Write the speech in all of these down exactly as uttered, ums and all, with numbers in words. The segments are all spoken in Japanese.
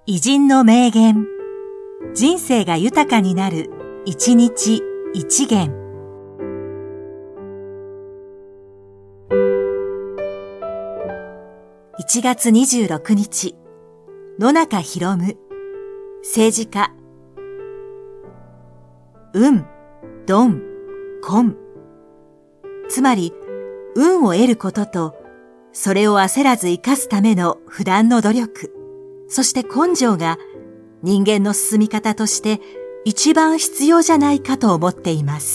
偉人の名言。人生が豊かになる、一日一元。いちがつにじゅうろくにち、野中宏夢、政治家。運、鈍、根。つまり、運を得ることと、それを焦らず生かすための普段の努力、そして根性が人間の進み方として一番必要じゃないかと思っています。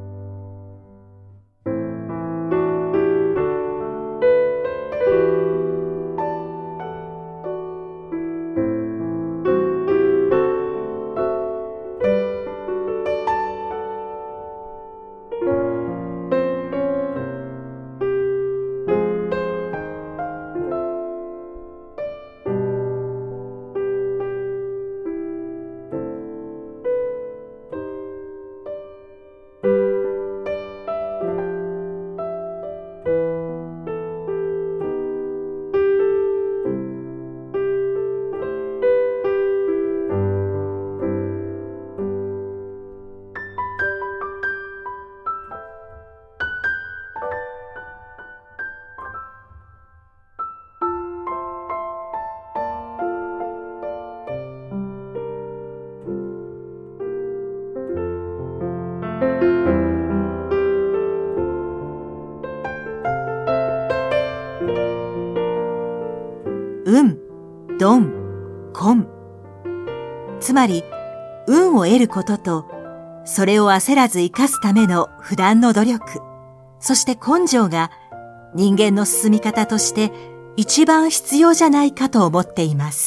運、鈍、根。つまり、運を得ることと、それを焦らず生かすための普段の努力、そして根性が人間の進み方として一番必要じゃないかと思っています。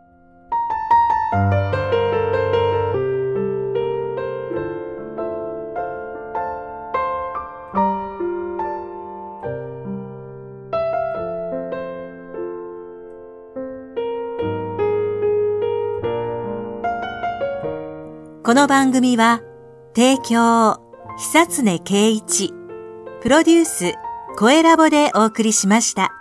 この番組は、提供、久常圭一、プロデュース、声ラボでお送りしました。